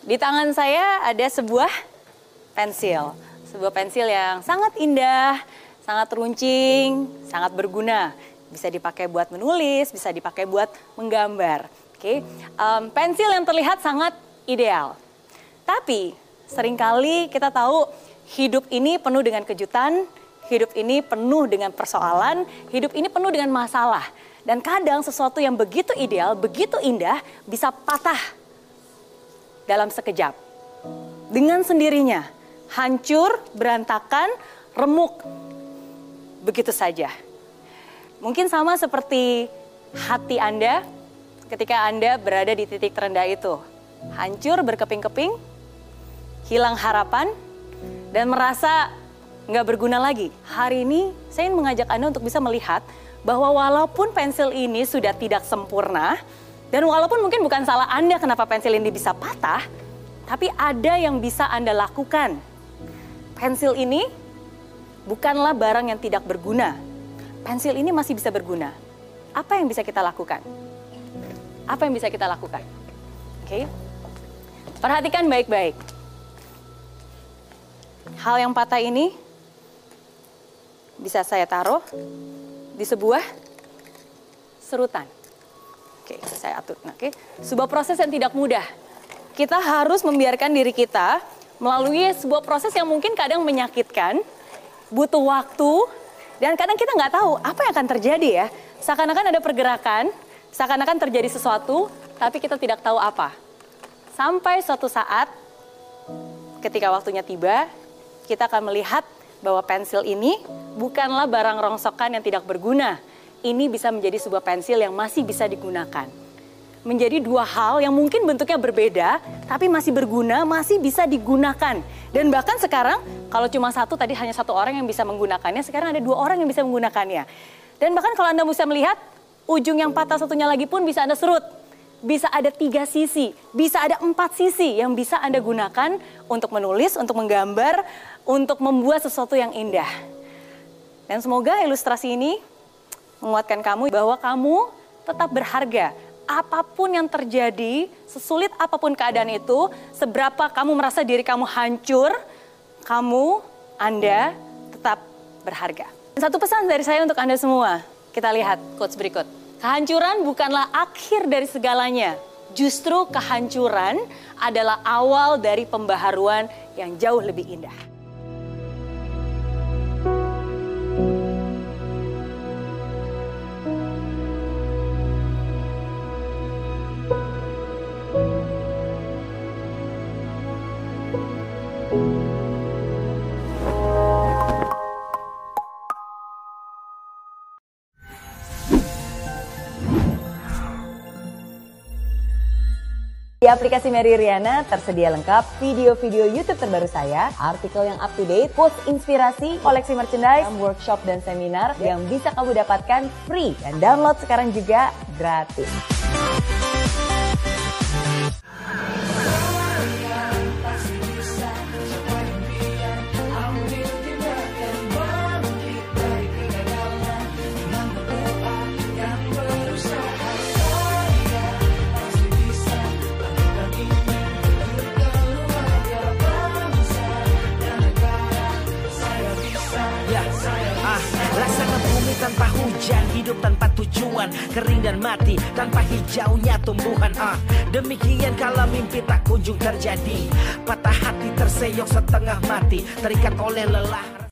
Di tangan saya ada sebuah pensil. Sebuah pensil yang sangat indah, sangat runcing, sangat berguna. Bisa dipakai buat menulis, bisa dipakai buat menggambar. Oke, pensil yang terlihat sangat ideal. Tapi seringkali kita tahu hidup ini penuh dengan kejutan, hidup ini penuh dengan persoalan, hidup ini penuh dengan masalah. Dan kadang sesuatu yang begitu ideal, begitu indah bisa patah dalam sekejap. Dengan sendirinya, hancur, berantakan, remuk, begitu saja. Mungkin sama seperti hati Anda ketika Anda berada di titik terendah itu. Hancur, berkeping-keping, hilang harapan, dan merasa nggak berguna lagi. Hari ini saya ingin mengajak Anda untuk bisa melihat bahwa walaupun pensil ini sudah tidak sempurna, dan walaupun mungkin bukan salah Anda kenapa pensil ini bisa patah, tapi ada yang bisa Anda lakukan. Pensil ini bukanlah barang yang tidak berguna. Pensil ini masih bisa berguna. Apa yang bisa kita lakukan? Apa yang bisa kita lakukan? Oke. Perhatikan baik-baik. Hal yang patah ini bisa saya taruh di sebuah serutan. Oke, saya atur. Oke, sebuah proses yang tidak mudah. Kita harus membiarkan diri kita melalui sebuah proses yang mungkin kadang menyakitkan, butuh waktu, dan kadang kita nggak tahu apa yang akan terjadi ya. Seakan-akan ada pergerakan, seakan-akan terjadi sesuatu, tapi kita tidak tahu apa. Sampai suatu saat, ketika waktunya tiba, kita akan melihat bahwa pensil ini bukanlah barang rongsokan yang tidak berguna. Ini bisa menjadi sebuah pensil yang masih bisa digunakan. Menjadi dua hal yang mungkin bentuknya berbeda, tapi masih berguna, masih bisa digunakan. Dan bahkan sekarang, kalau cuma satu, tadi hanya satu orang yang bisa menggunakannya, sekarang ada dua orang yang bisa menggunakannya. Dan bahkan kalau Anda bisa melihat, ujung yang patah satunya lagi pun bisa Anda serut. Bisa ada 3 sisi, bisa ada 4 sisi yang bisa Anda gunakan untuk menulis, untuk menggambar, untuk membuat sesuatu yang indah. Dan semoga ilustrasi ini menguatkan kamu bahwa kamu tetap berharga. Apapun yang terjadi, sesulit apapun keadaan itu, seberapa kamu merasa diri kamu hancur, Anda tetap berharga. Satu pesan dari saya untuk Anda semua, kita lihat quotes berikut. Kehancuran bukanlah akhir dari segalanya, justru kehancuran adalah awal dari pembaharuan yang jauh lebih indah. Di aplikasi Mary Riana tersedia lengkap video-video YouTube terbaru saya, artikel yang up to date, quotes inspirasi, koleksi merchandise, workshop dan seminar yang bisa kamu dapatkan free dan download sekarang juga gratis. Laksana bumi tanpa hujan, hidup tanpa tujuan, kering dan mati tanpa hijaunya tumbuhan. Demikian kalau mimpi tak kunjung terjadi, patah hati terseok setengah mati, terikat oleh lelah.